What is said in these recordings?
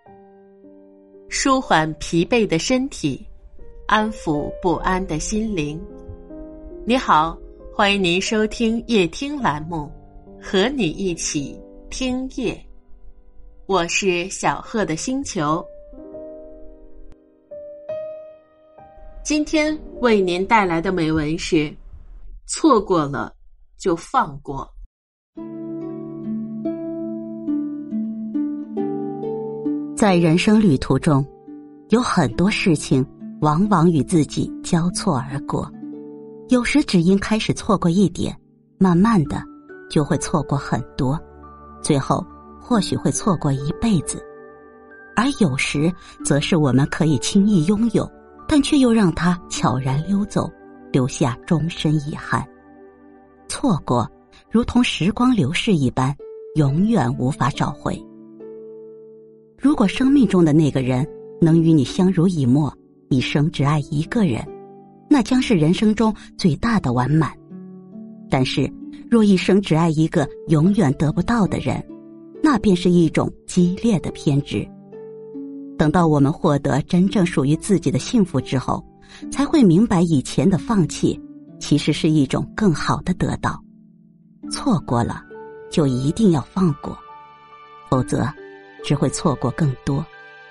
舒缓疲惫的身体，安抚不安的心灵。你好，欢迎您收听夜听栏目，和你一起听夜。我是小贺的星球。今天为您带来的美文是：错过了就放过。 在人生旅途中，有很多事情往往与自己交错而过，有时只因开始错过一点，慢慢的就会错过很多，最后或许会错过一辈子。而有时则是我们可以轻易拥有，但却又让它悄然溜走，留下终身遗憾。错过如同时光流逝一般，永远无法找回。如果生命中的那个人能与你相濡以沫，一生只爱一个人，那将是人生中最大的完满。但是若一生只爱一个永远得不到的人，那便是一种激烈的偏执。等到我们获得真正属于自己的幸福之后，才会明白以前的放弃其实是一种更好的得到。错过了就一定要放过，否则只会错过更多。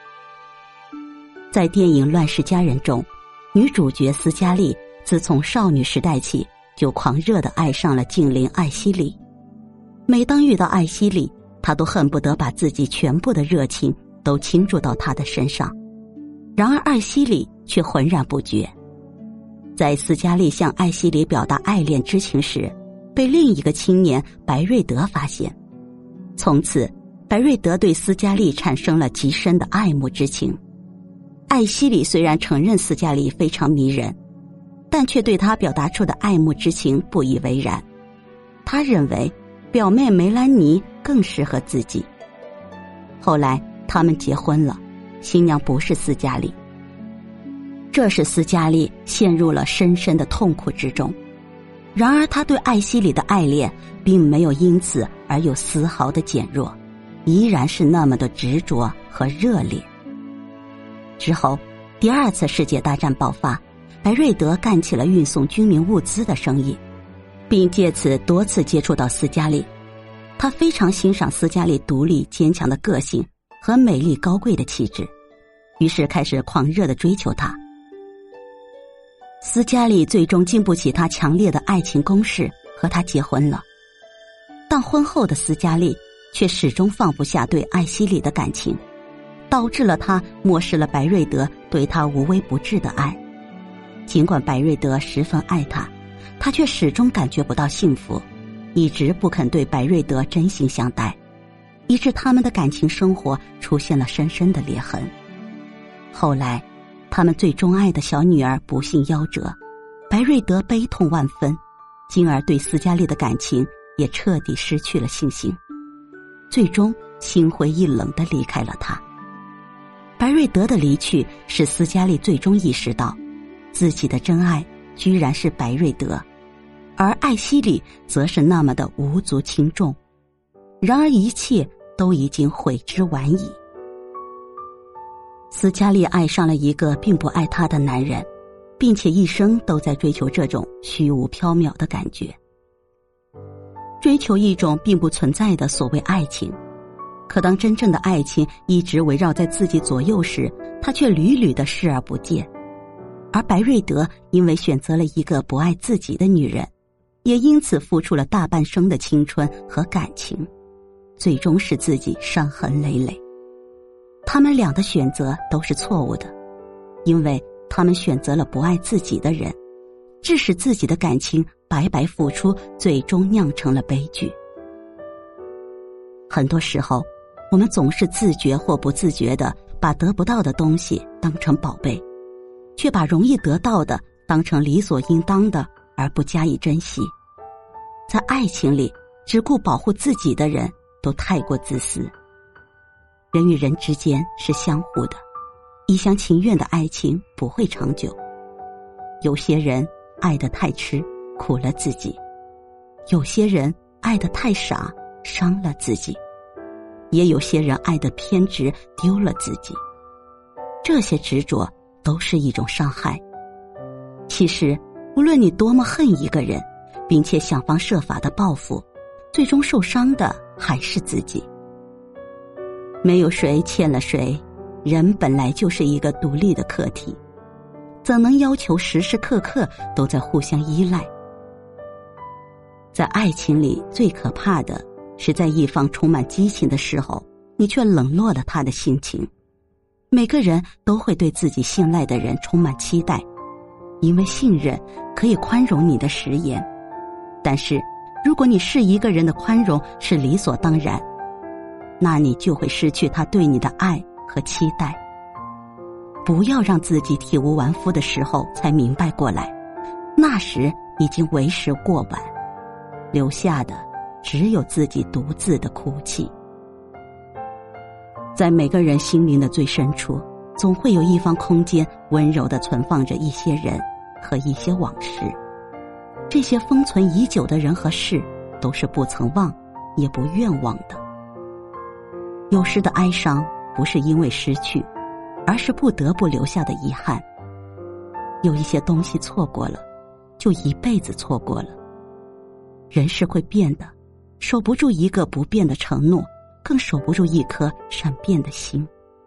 在电影《乱世佳人》中，女主角斯嘉丽自从少女时代起就狂热地爱上了精灵艾希里。每当遇到艾希里，她都恨不得把自己全部的热情都倾注到她的身上。然而艾希里却浑然不觉。在斯嘉丽向艾希里表达爱恋之情时，被另一个青年白瑞德发现。从此白瑞德对斯嘉丽产生了极深的爱慕之情。艾希里虽然承认斯嘉丽非常迷人，但却对她表达出的爱慕之情不以为然。他认为表妹梅兰妮更适合自己。后来他们结婚了，新娘不是斯嘉丽。这使斯嘉丽陷入了深深的痛苦之中。然而他对艾希里的爱恋并没有因此而有丝毫的减弱，依然是那么的执着和热烈。之后第二次世界大战爆发，白瑞德干起了运送军民物资的生意，并借此多次接触到斯嘉丽。他非常欣赏斯嘉丽独立坚强的个性和美丽高贵的气质，于是开始狂热地追求她。斯嘉丽最终经不起他强烈的爱情攻势，和他结婚了。但婚后的斯嘉丽却始终放不下对艾希里的感情，导致了他漠视了白瑞德对他无微不至的爱。尽管白瑞德十分爱他，他却始终感觉不到幸福，一直不肯对白瑞德真心相待，以致他们的感情生活出现了深深的裂痕。后来他们最钟爱的小女儿不幸夭折，白瑞德悲痛万分，进而对斯嘉丽的感情也彻底失去了信心，最终心灰意冷地离开了他。白瑞德的离去使斯嘉丽最终意识到，自己的真爱居然是白瑞德，而艾希里则是那么的无足轻重。然而一切都已经悔之晚矣。斯嘉丽爱上了一个并不爱她的男人，并且一生都在追求这种虚无缥缈的感觉，追求一种并不存在的所谓爱情。可当真正的爱情一直围绕在自己左右时，他却屡屡的视而不见。而白瑞德因为选择了一个不爱自己的女人，也因此付出了大半生的青春和感情，最终使自己伤痕累累。他们俩的选择都是错误的，因为他们选择了不爱自己的人，致使自己的感情白白付出，最终酿成了悲剧。很多时候我们总是自觉或不自觉地把得不到的东西当成宝贝，却把容易得到的当成理所应当的而不加以珍惜。在爱情里，只顾保护自己的人都太过自私。人与人之间是相互的，一厢情愿的爱情不会长久。有些人爱得太痴，苦了自己；有些人爱得太傻，伤了自己。 也有些人爱的偏执，丢了自己。这些执着都是一种伤害。其实无论你多么恨一个人，并且想方设法的报复，最终受伤的还是自己。没有谁欠了谁，人本来就是一个独立的个体，怎能要求时时刻刻都在互相依赖？在爱情里，最可怕的是在一方充满激情的时候，你却冷落了他的心情。每个人都会对自己信赖的人充满期待，因为信任可以宽容你的食言。但是如果你是一个人的宽容是理所当然，那你就会失去他对你的爱和期待。不要让自己体无完肤的时候才明白过来，那时已经为时过晚，留下的只有自己独自的哭泣。在每个人心灵的最深处，总会有一方空间温柔地存放着一些人和一些往事。这些封存已久的人和事，都是不曾忘也不愿忘的。有时的哀伤不是因为失去，而是不得不留下的遗憾。有一些东西错过了，就一辈子错过了。人是会变的，守不住一个不变的承诺，更守不住一颗善变的心。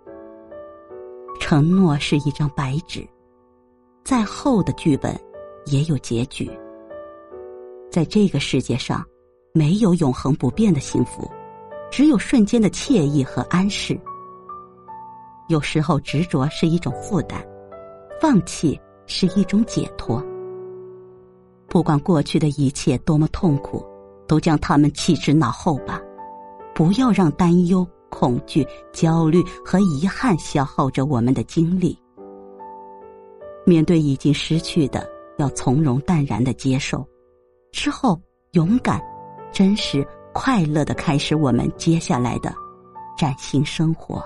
承诺是一张白纸，再厚的剧本也有结局。在这个世界上，没有永恒不变的幸福，只有瞬间的惬意和安适。有时候执着是一种负担，放弃是一种解脱。不管过去的一切多么痛苦，都将它们弃之脑后吧。不要让担忧、恐惧、焦虑和遗憾消耗着我们的精力。面对已经失去的，要从容淡然地接受，之后勇敢、真实、快乐地开始我们接下来的崭新生活。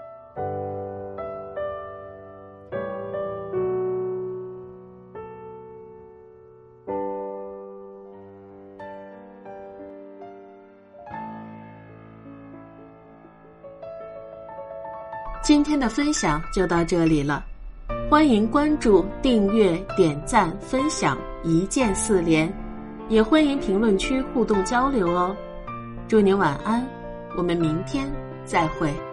今天的分享就到这里了，欢迎关注、订阅、点赞、分享，一键4连，也欢迎评论区互动交流哦。祝您晚安，我们明天再会。